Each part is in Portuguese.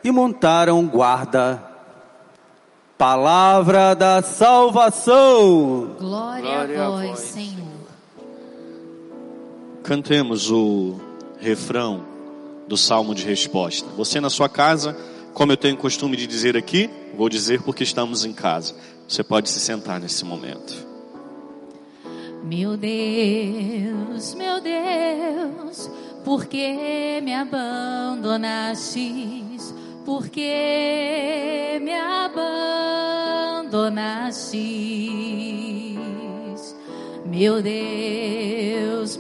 e montaram guarda. Palavra da salvação. Glória a vós, Senhor. Cantemos o refrão do Salmo de Resposta. Você na sua casa, como eu tenho costume de dizer aqui, vou dizer porque estamos em casa. Você pode se sentar nesse momento. Meu Deus, por que me abandonastes? Por que me abandonastes? Meu Deus,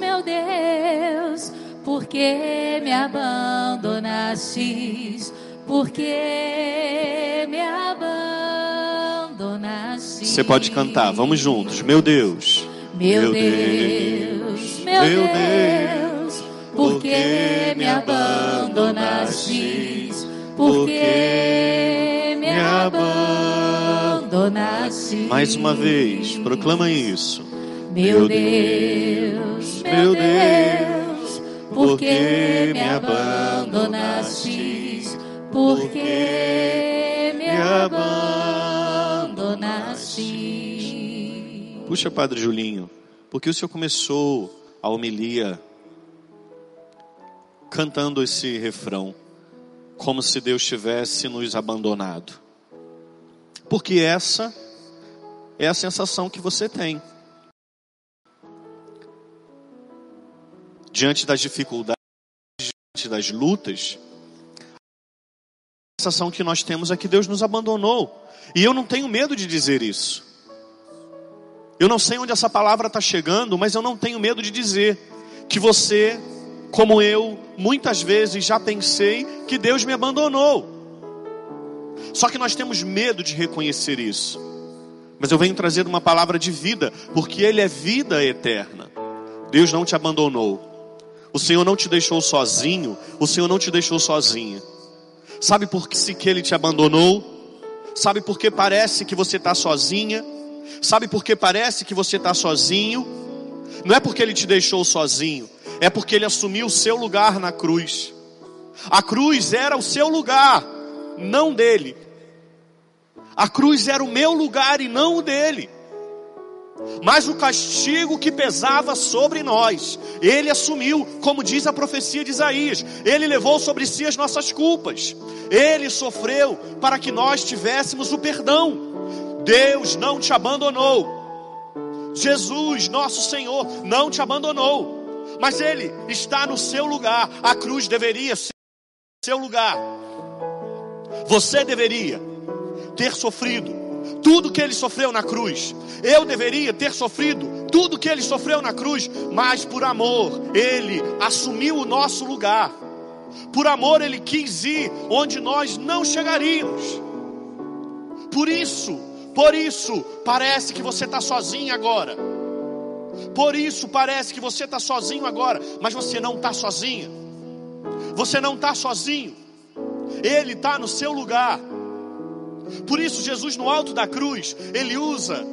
por que me abandonastes? Por que me abandonastes? Você pode cantar, vamos juntos. Meu Deus, meu Deus, por que me abandonastes? Por que me abandonastes? Mais uma vez, proclama isso. Meu Deus, por que me abandonastes? Por que me abandonastes? Puxa, Padre Julinho, porque o senhor começou a homilia cantando esse refrão, como se Deus tivesse nos abandonado. Porque essa é a sensação que você tem. Diante das dificuldades, diante das lutas, a sensação que nós temos é que Deus nos abandonou. E eu não tenho medo de dizer isso. Eu não sei onde essa palavra está chegando, mas eu não tenho medo de dizer que você, como eu, muitas vezes já pensei que Deus me abandonou. Só que nós temos medo de reconhecer isso. Mas eu venho trazer uma palavra de vida, porque Ele é vida eterna. Deus não te abandonou. O Senhor não te deixou sozinho, o Senhor não te deixou sozinha. Sabe por que Ele te abandonou? Sabe por que parece que você está sozinha? Sabe por que parece que você está sozinho? Não é porque Ele te deixou sozinho, é porque Ele assumiu o seu lugar na cruz. A cruz era o seu lugar, não dele. A cruz era o meu lugar e não o dele. Mas o castigo que pesava sobre nós, Ele assumiu, como diz a profecia de Isaías. Ele levou sobre si as nossas culpas. Ele sofreu para que nós tivéssemos o perdão. Deus não te abandonou. Jesus, nosso Senhor, não te abandonou. Mas Ele está no seu lugar. A cruz deveria ser no seu lugar. Você deveria ter sofrido tudo que Ele sofreu na cruz. Eu deveria ter sofrido tudo que Ele sofreu na cruz. Mas por amor, Ele assumiu o nosso lugar. Por amor, Ele quis ir onde nós não chegaríamos. Por isso, parece que você está sozinho agora. Por isso parece que você está sozinho agora. Mas você não está sozinha. Você não está sozinho. Ele está no seu lugar. Por isso Jesus no alto da cruz, Ele usa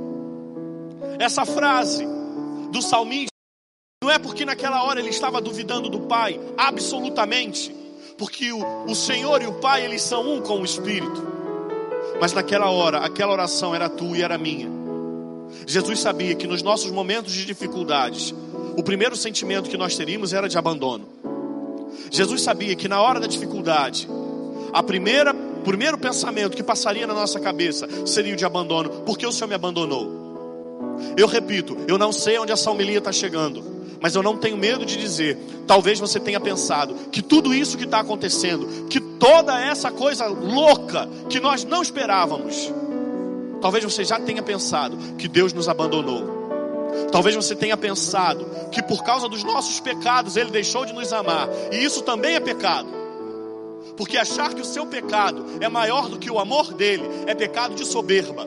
essa frase do salmista. Não é porque naquela hora Ele estava duvidando do Pai, absolutamente. Porque o Senhor e o Pai, Eles são um com o Espírito. Mas naquela hora, aquela oração era tua e era minha. Jesus sabia que nos nossos momentos de dificuldades, o primeiro sentimento que nós teríamos era de abandono. Jesus sabia que na hora da dificuldade, o primeiro pensamento que passaria na nossa cabeça seria o de abandono. Porque o Senhor me abandonou? Eu repito, eu não sei onde essa homilia está chegando, mas eu não tenho medo de dizer, talvez você tenha pensado que tudo isso que está acontecendo, que toda essa coisa louca que nós não esperávamos, talvez você já tenha pensado que Deus nos abandonou. Talvez você tenha pensado que por causa dos nossos pecados Ele deixou de nos amar. E isso também é pecado. Porque achar que o seu pecado é maior do que o amor dele é pecado de soberba.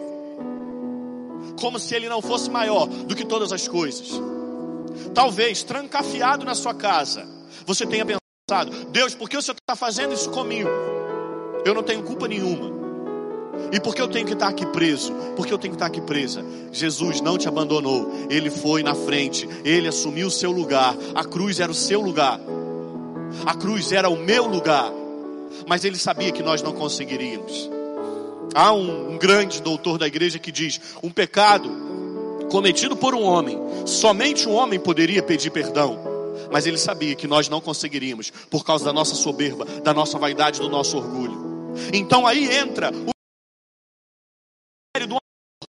Como se ele não fosse maior do que todas as coisas. Talvez, trancafiado na sua casa, você tenha pensado, Deus, por que o Senhor está fazendo isso comigo? Eu não tenho culpa nenhuma. E por que eu tenho que estar aqui preso? Por que eu tenho que estar aqui presa? Jesus não te abandonou. Ele foi na frente. Ele assumiu o seu lugar. A cruz era o seu lugar. A cruz era o meu lugar. mas ele sabia que nós não conseguiríamos. Há um grande doutor da igreja que diz: um pecado cometido por um homem, somente um homem poderia pedir perdão. Mas ele sabia que nós não conseguiríamos, por causa da nossa soberba, da nossa vaidade, do nosso orgulho. Então aí entra o mistério do amor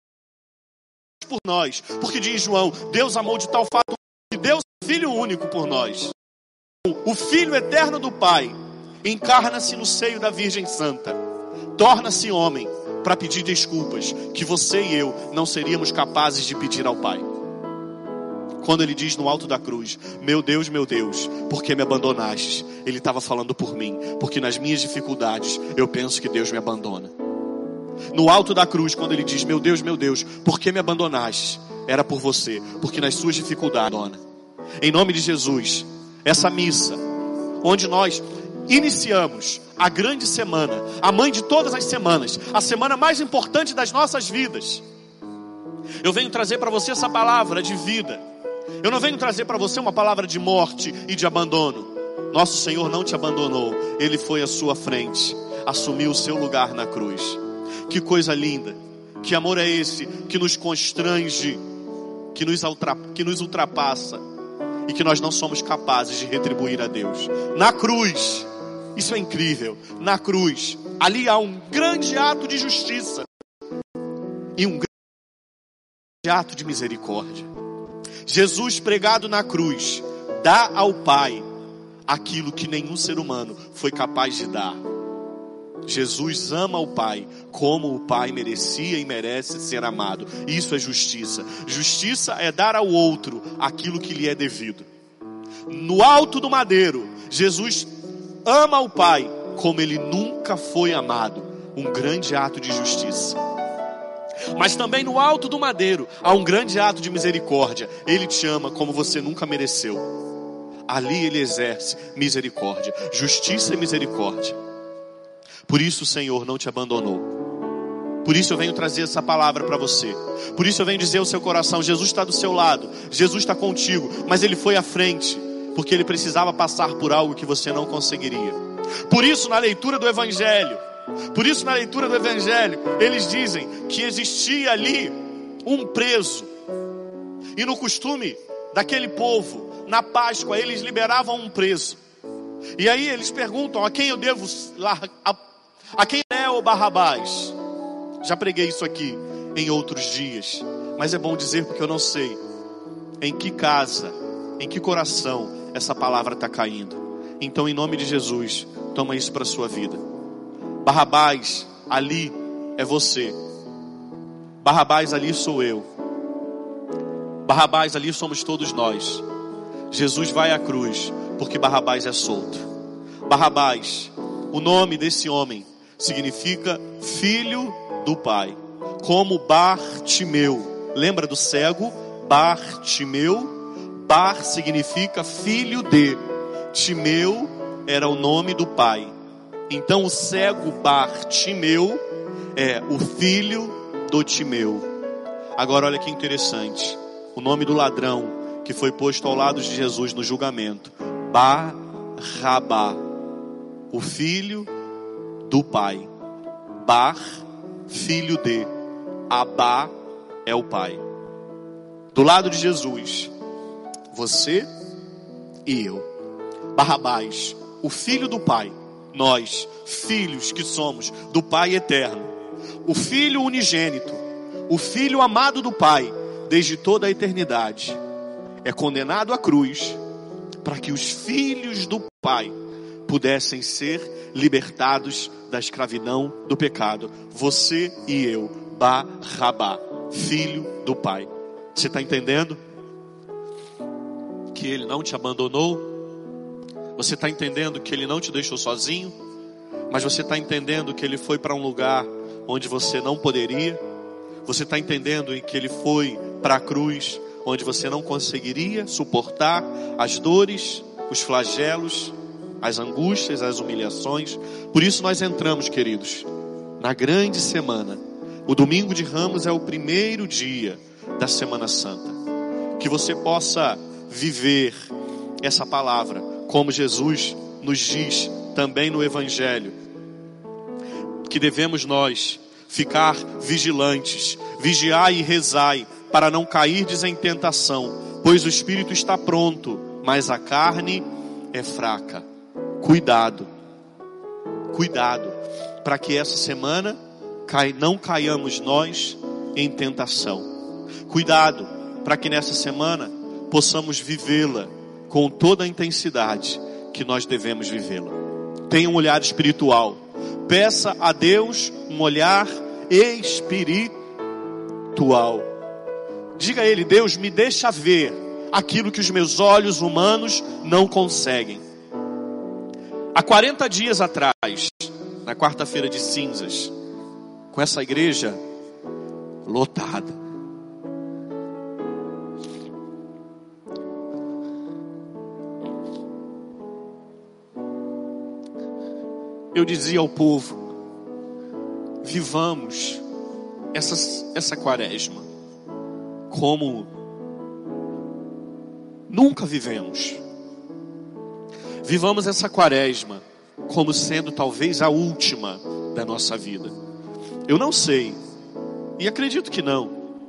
por nós. Porque diz João: Deus amou de tal fato que deu seu Filho único por nós. O Filho eterno do Pai encarna-se no seio da Virgem Santa, torna-se homem para pedir desculpas que você e eu não seríamos capazes de pedir ao Pai. Quando ele diz no alto da cruz: meu Deus, por que me abandonaste? Ele estava falando por mim, porque nas minhas dificuldades eu penso que Deus me abandona. No alto da cruz, quando ele diz: meu Deus, por que me abandonaste? Era por você, porque nas suas dificuldades abandona. Em nome de Jesus, essa missa, onde nós iniciamos a grande semana, a mãe de todas as semanas, a semana mais importante das nossas vidas, eu venho trazer para você essa palavra de vida. Eu não venho trazer para você uma palavra de morte e de abandono. Nosso Senhor não te abandonou. Ele foi à sua frente, assumiu o seu lugar na cruz. Que coisa linda. Que amor é esse que nos constrange, que nos ultrapassa, e que nós não somos capazes de retribuir a Deus. Na cruz, isso é incrível. Na cruz, ali há um grande ato de justiça e um grande ato de misericórdia. Jesus pregado na cruz dá ao Pai aquilo que nenhum ser humano foi capaz de dar. Jesus ama o Pai como o Pai merecia e merece ser amado. Isso é justiça. Justiça é dar ao outro aquilo que lhe é devido. No alto do madeiro, Jesus ama o Pai como ele nunca foi amado. Um grande ato de justiça. Mas também no alto do madeiro há um grande ato de misericórdia. Ele te ama como você nunca mereceu. Ali ele exerce misericórdia, justiça e misericórdia. Por isso o Senhor não te abandonou. Por isso eu venho trazer essa palavra para você. Por isso eu venho dizer ao seu coração: Jesus está do seu lado, Jesus está contigo. Mas ele foi à frente, porque ele precisava passar por algo que você não conseguiria. Por isso na leitura do Evangelho, eles dizem que existia ali um preso. E no costume daquele povo, na Páscoa, eles liberavam um preso. E aí eles perguntam: a quem eu devo largar? A quem é o Barrabás? Já preguei isso aqui em outros dias, mas é bom dizer porque eu não sei em que casa, em que coração essa palavra está caindo. Então, em nome de Jesus, toma isso para a sua vida. Barrabás ali é você. Barrabás ali sou eu. Barrabás ali somos todos nós. Jesus vai à cruz porque Barrabás é solto. Barrabás, o nome desse homem significa filho do Pai. Como Bartimeu. Lembra do cego? Bartimeu. Bar significa filho de. Timeu era o nome do pai. Então o cego Bartimeu é o filho do Timeu. Agora olha que interessante. O nome do ladrão que foi posto ao lado de Jesus no julgamento: Barrabá, o filho do pai. Bar, filho de. Abá é o pai. Do lado de Jesus, você e eu. Barrabás, o filho do pai. Nós, filhos que somos do Pai eterno. O filho unigênito, o filho amado do Pai desde toda a eternidade, é condenado à cruz para que os filhos do Pai pudessem ser libertados da escravidão do pecado. Você e eu, Barrabá, filho do Pai. Você está entendendo? Que Ele não te abandonou. Você está entendendo que Ele não te deixou sozinho. Mas você está entendendo que Ele foi para um lugar onde você não poderia. Você está entendendo que Ele foi para a cruz onde você não conseguiria suportar as dores, os flagelos, as angústias, as humilhações. Por isso nós entramos, queridos, na grande semana. O domingo de Ramos é o primeiro dia da Semana Santa. Que você possa viver essa palavra como Jesus nos diz também no Evangelho. que devemos nós ficar vigilantes, vigiai e rezai, para não cairdes em tentação, pois o espírito está pronto, mas a carne é fraca. Cuidado, para que essa semana não caiamos nós em tentação. Cuidado, para que nessa semana possamos vivê-la com toda a intensidade que nós devemos vivê-la. Tenha um olhar espiritual. Peça a Deus um olhar espiritual. Diga a Ele: Deus, me deixa ver aquilo que os meus olhos humanos não conseguem. Há 40 dias atrás, na quarta-feira de cinzas, com essa igreja lotada, eu dizia ao povo: vivamos essa quaresma como nunca vivemos. Vivamos essa quaresma como sendo talvez a última da nossa vida. Eu não sei, e acredito que não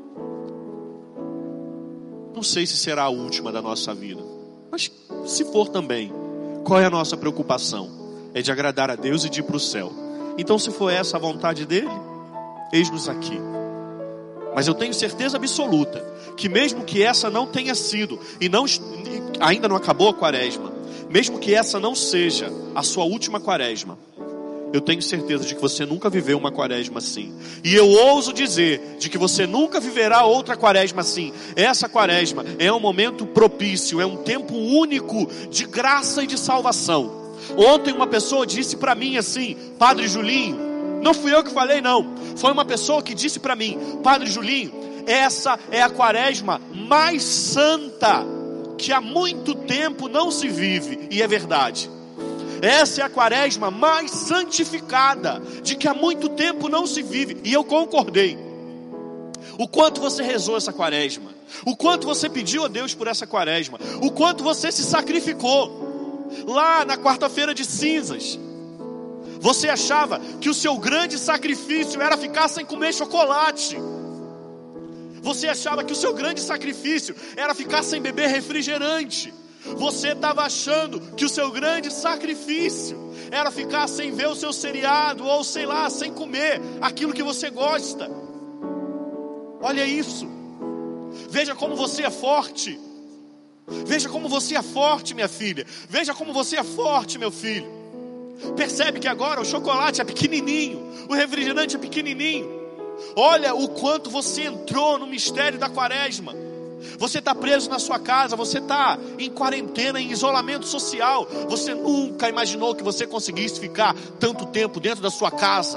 sei se será a última da nossa vida, mas se for também, qual é a nossa preocupação? É de agradar a Deus e de ir para o céu. Então, se for essa a vontade dele, eis-nos aqui. Mas eu tenho certeza absoluta que mesmo que essa não tenha sido, ainda não acabou a quaresma, mesmo que essa não seja a sua última quaresma, eu tenho certeza de que você nunca viveu uma quaresma assim. E eu ouso dizer de que você nunca viverá outra quaresma assim. Essa quaresma é um momento propício, é um tempo único de graça e de salvação. Ontem uma pessoa disse para mim assim: Padre Julinho, não fui eu que falei não, foi uma pessoa que disse para mim: Padre Julinho, essa é a quaresma mais santa que há muito tempo não se vive. E é verdade. Essa é a quaresma mais santificada, de que há muito tempo não se vive. E eu concordei. O quanto você rezou essa quaresma, o quanto você pediu a Deus por essa quaresma, o quanto você se sacrificou. Lá na quarta-feira de cinzas, você achava que o seu grande sacrifício era ficar sem comer chocolate. Você achava que o seu grande sacrifício era ficar sem beber refrigerante. Você estava achando que o seu grande sacrifício era ficar sem ver o seu seriado, ou sei lá, sem comer aquilo que você gosta. Olha isso. Veja como você é forte. Veja como você é forte, minha filha. Veja como você é forte, meu filho. Percebe que agora o chocolate é pequenininho, o refrigerante é pequenininho. Olha o quanto você entrou no mistério da quaresma. Você está preso na sua casa, você está em quarentena, em isolamento social. Você nunca imaginou que você conseguisse ficar tanto tempo dentro da sua casa.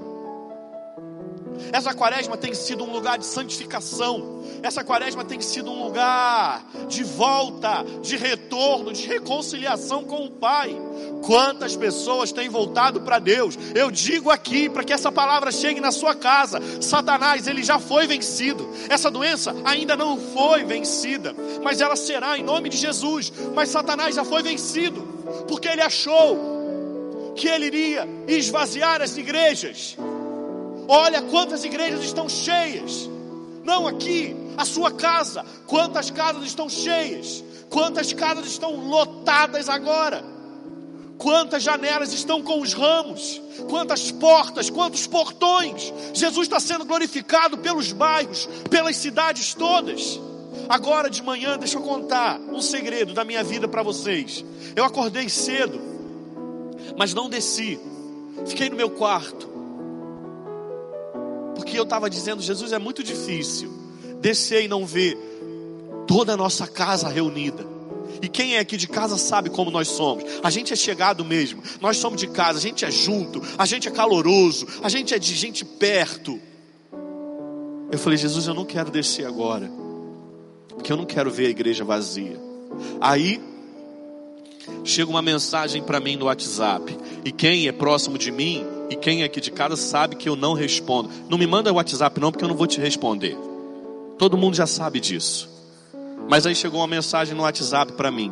Essa quaresma tem sido um lugar de santificação. Essa quaresma tem sido um lugar de volta, de retorno, de reconciliação com o Pai. Quantas pessoas têm voltado para Deus? Eu digo aqui, para que essa palavra chegue na sua casa: Satanás, ele já foi vencido. Essa doença ainda não foi vencida, mas ela será em nome de Jesus. Mas Satanás já foi vencido, porque ele achou que ele iria esvaziar as igrejas. Olha quantas igrejas estão cheias. Não aqui, a sua casa. Quantas casas estão cheias? Quantas casas estão lotadas agora? Quantas janelas estão com os ramos? Quantas portas, quantos portões? Jesus está sendo glorificado pelos bairros, pelas cidades todas. Agora de manhã, deixa eu contar um segredo da minha vida para vocês. Eu acordei cedo, mas não desci. Fiquei no meu quarto. Porque eu estava dizendo: Jesus, é muito difícil descer e não ver toda a nossa casa reunida. E quem é aqui de casa sabe como nós somos. A gente é chegado mesmo. Nós somos de casa, a gente é junto, a gente é caloroso, a gente é de gente perto. Eu falei: Jesus, eu não quero descer agora, porque eu não quero ver a igreja vazia. Aí chega uma mensagem para mim no WhatsApp. E quem é próximo de mim e quem é aqui de casa sabe que eu não respondo. Não me manda o WhatsApp não, porque eu não vou te responder. Todo mundo já sabe disso. Mas aí chegou uma mensagem no WhatsApp para mim.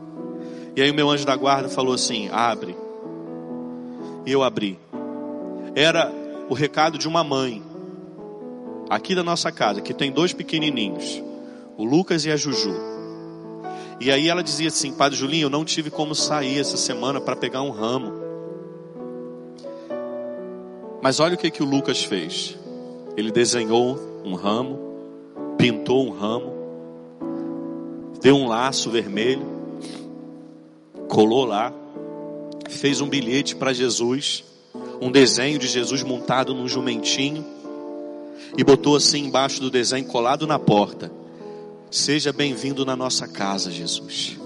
E aí o meu anjo da guarda falou assim: abre. E eu abri. era o recado de uma mãe, aqui da nossa casa, que tem 2 pequenininhos, o Lucas e a Juju. E aí ela dizia assim: Padre Julinho, eu não tive como sair essa semana para pegar um ramo. Mas olha o que o Lucas fez. Ele desenhou um ramo, pintou um ramo, deu um laço vermelho, colou lá, fez um bilhete para Jesus, um desenho de Jesus montado num jumentinho, e botou assim embaixo do desenho, colado na porta: seja bem-vindo na nossa casa, Jesus.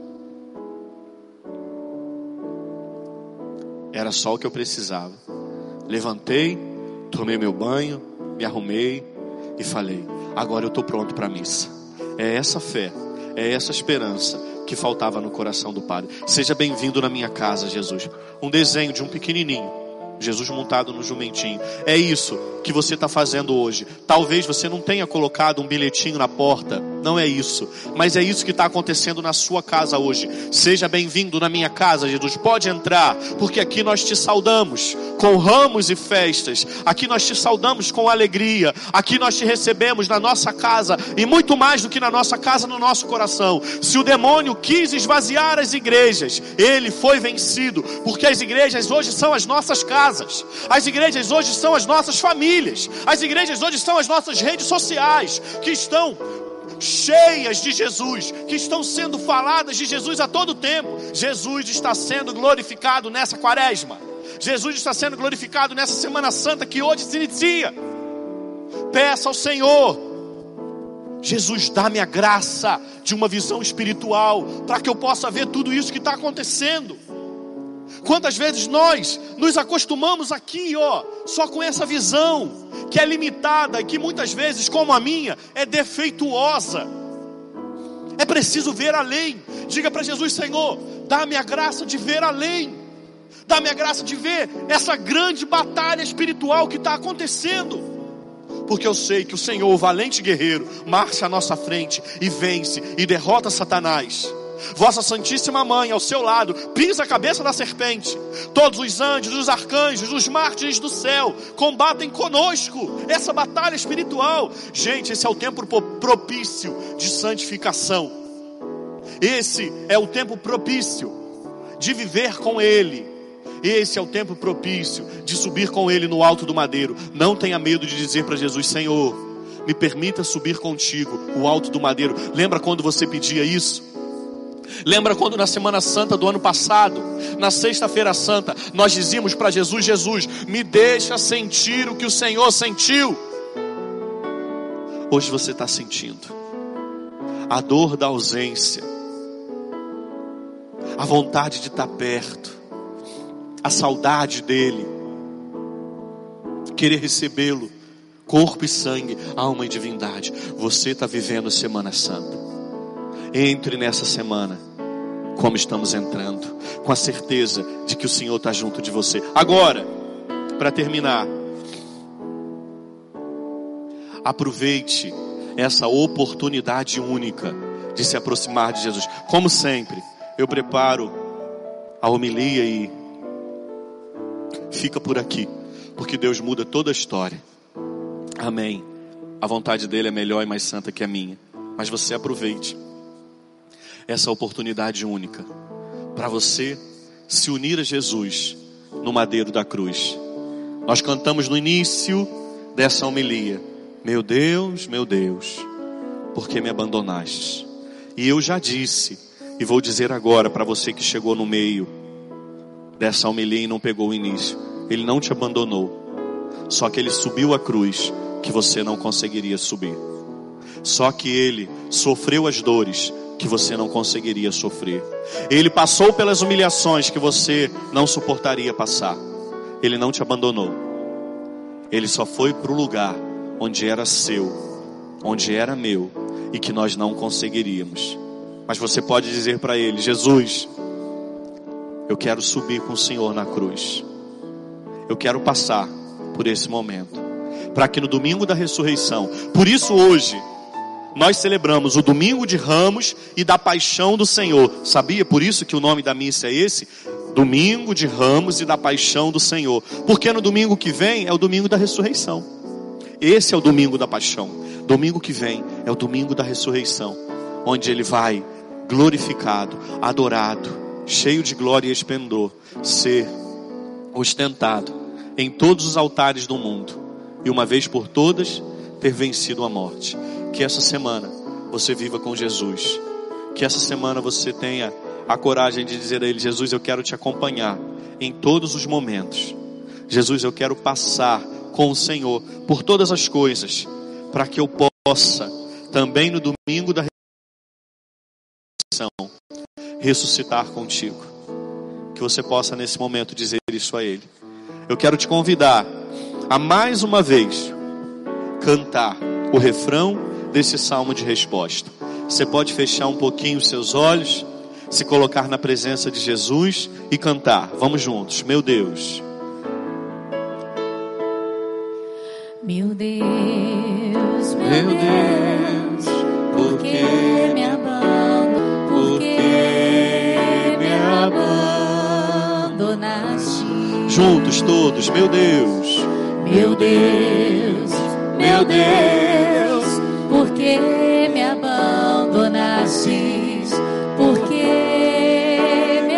Era só o que eu precisava. Levantei, tomei meu banho, me arrumei e falei: agora eu estou pronto para a missa. É essa fé, é essa esperança que faltava no coração do Padre. Seja bem-vindo na minha casa, Jesus. Um desenho de um pequenininho, Jesus montado no jumentinho. É isso que você está fazendo hoje. Talvez você não tenha colocado um bilhetinho na porta, não é isso, mas é isso que está acontecendo na sua casa hoje. Seja bem-vindo na minha casa, Jesus. Pode entrar, porque aqui nós te saudamos com ramos e festas. Aqui nós te saudamos com alegria. Aqui nós te recebemos na nossa casa, e muito mais do que na nossa casa, no nosso coração. Se o demônio quis esvaziar as igrejas, ele foi vencido, porque as igrejas hoje são as nossas casas. As igrejas hoje são as nossas famílias. As igrejas hoje são as nossas redes sociais, que estão cheias de Jesus, que estão sendo faladas de Jesus a todo tempo. Jesus está sendo glorificado nessa quaresma. Jesus está sendo glorificado nessa Semana Santa que hoje se inicia. Peça ao Senhor: Jesus, dá-me a graça de uma visão espiritual, para que eu possa ver tudo isso que está acontecendo. Quantas vezes nós nos acostumamos aqui, só com essa visão, que é limitada e que muitas vezes, como a minha, é defeituosa. É preciso ver além. Diga para Jesus: Senhor, dá-me a graça de ver além. Dá-me a graça de ver essa grande batalha espiritual que está acontecendo. Porque eu sei que o Senhor, o valente guerreiro, marcha à nossa frente e vence e derrota Satanás. Vossa Santíssima Mãe ao seu lado pisa a cabeça da serpente. Todos os anjos, os arcanjos, os mártires do céu combatem conosco essa batalha espiritual. Gente, esse é o tempo propício de santificação. Esse é o tempo propício de viver com Ele. Esse é o tempo propício de subir com Ele no alto do madeiro. Não tenha medo de dizer para Jesus: Senhor, me permita subir contigo o alto do madeiro. Lembra quando você pedia isso? Lembra quando na Semana Santa do ano passado, na Sexta-feira Santa, nós dizíamos para Jesus: Jesus, me deixa sentir o que o Senhor sentiu. Hoje você está sentindo a dor da ausência, a vontade de estar perto, a saudade dele, querer recebê-lo, corpo e sangue, alma e divindade. Você está vivendo Semana Santa. Entre nessa semana como estamos entrando, com a certeza de que o Senhor está junto de você. Agora, para terminar, aproveite essa oportunidade única de se aproximar de Jesus. Como sempre, eu preparo a homilia e fica por aqui, porque Deus muda toda a história. Amém. A vontade dele é melhor e mais santa que a minha. Mas você aproveite essa oportunidade única para você se unir a Jesus no madeiro da cruz. Nós cantamos no início dessa homilia: meu Deus, por que me abandonaste? E eu já disse, e vou dizer agora para você que chegou no meio dessa homilia e não pegou o início: Ele não te abandonou, só que Ele subiu a cruz que você não conseguiria subir. Só que Ele sofreu as dores que você não conseguiria sofrer. Ele passou pelas humilhações que você não suportaria passar. Ele não te abandonou. Ele só foi para o lugar onde era seu, onde era meu, e que nós não conseguiríamos. Mas você pode dizer para Ele: Jesus, eu quero subir com o Senhor na cruz. Eu quero passar por esse momento, para que no domingo da ressurreição, por isso hoje nós celebramos o domingo de Ramos e da paixão do Senhor. Sabia? Por isso que o nome da missa é esse. Domingo de Ramos e da paixão do Senhor. Porque no domingo que vem é o domingo da ressurreição. Esse é o domingo da paixão. Domingo que vem é o domingo da ressurreição, onde ele vai glorificado, adorado, cheio de glória e esplendor, ser ostentado em todos os altares do mundo, e uma vez por todas ter vencido a morte. Que essa semana você viva com Jesus. Que essa semana você tenha a coragem de dizer a Ele: Jesus, eu quero te acompanhar em todos os momentos. Jesus, eu quero passar com o Senhor por todas as coisas, para que eu possa também no domingo da ressurreição ressuscitar contigo. Que você possa nesse momento dizer isso a Ele. Eu quero te convidar a mais uma vez cantar o refrão desse salmo de resposta. Você pode fechar um pouquinho os seus olhos, se colocar na presença de Jesus e cantar. Vamos juntos. Meu Deus. Meu Deus, meu Deus, por que me abandonaste? Por que me abandonaste? Juntos todos, meu Deus. Meu Deus, meu Deus, por que me abandonaste? Por que me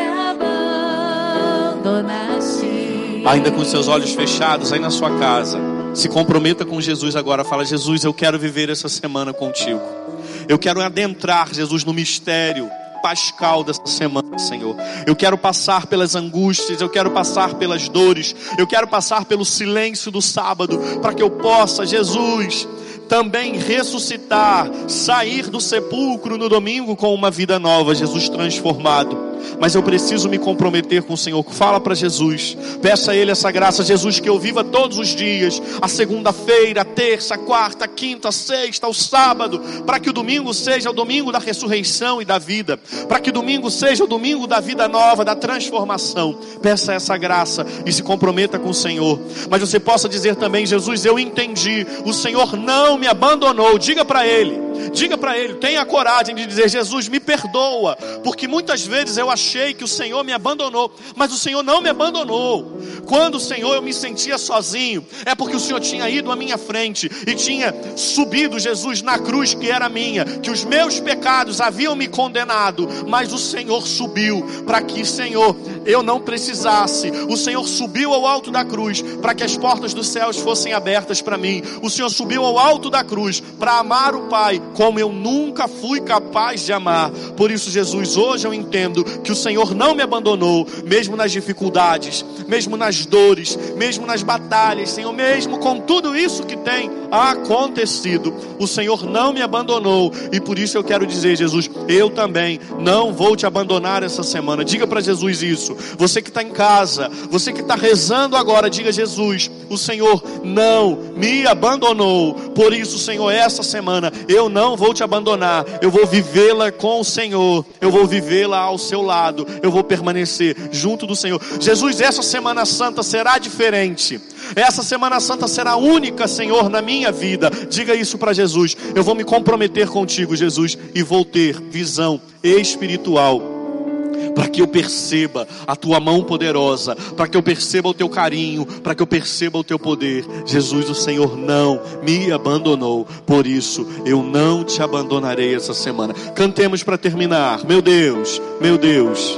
abandonaste? Ainda com seus olhos fechados aí na sua casa, se comprometa com Jesus agora. Fala: Jesus, eu quero viver essa semana contigo. Eu quero adentrar, Jesus, no mistério pascal dessa semana, Senhor. Eu quero passar pelas angústias, eu quero passar pelas dores, eu quero passar pelo silêncio do sábado, para que eu possa, Jesus, também ressuscitar, sair do sepulcro no domingo com uma vida nova, Jesus, transformado. Mas eu preciso me comprometer com o Senhor. Fala para Jesus, peça a Ele essa graça. Jesus, que eu viva todos os dias, a segunda-feira, a terça, a quarta, a quinta, a sexta, o sábado, para que o domingo seja o domingo da ressurreição e da vida, para que o domingo seja o domingo da vida nova, da transformação. Peça essa graça e se comprometa com o Senhor. Mas você possa dizer também: Jesus, eu entendi, o Senhor não me abandonou. Diga para Ele, tenha a coragem de dizer: Jesus, me perdoa, porque muitas vezes eu achei que o Senhor me abandonou, mas o Senhor não me abandonou. Quando, Senhor, eu me sentia sozinho, é porque o Senhor tinha ido à minha frente e tinha subido, Jesus, na cruz que era minha, que os meus pecados haviam me condenado, mas o Senhor subiu para que, Senhor, eu não precisasse. O Senhor subiu ao alto da cruz para que as portas dos céus fossem abertas para mim. O Senhor subiu ao alto da cruz para amar o Pai como eu nunca fui capaz de amar. Por isso, Jesus, hoje eu entendo que o Senhor não me abandonou, mesmo nas dificuldades, mesmo nas dores, mesmo nas batalhas, Senhor, mesmo com tudo isso que tem acontecido, o Senhor não me abandonou. E por isso eu quero dizer: Jesus, eu também não vou te abandonar essa semana. Diga para Jesus isso. Você que está em casa, você que está rezando agora, diga: Jesus, o Senhor não me abandonou. Por isso, Senhor, essa semana eu não vou te abandonar. Eu vou vivê-la com o Senhor, eu vou vivê-la ao seu lado, eu vou permanecer junto do Senhor. Jesus, essa Semana Santa será diferente. Essa Semana Santa será única, Senhor, na minha vida. Diga isso para Jesus. Eu vou me comprometer contigo, Jesus, e vou ter visão espiritual, para que eu perceba a tua mão poderosa, para que eu perceba o teu carinho, para que eu perceba o teu poder. Jesus, o Senhor não me abandonou, por isso eu não te abandonarei essa semana. Cantemos para terminar. Meu Deus, meu Deus.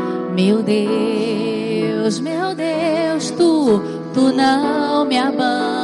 Meu Deus, meu Deus, tu não me abandonaste.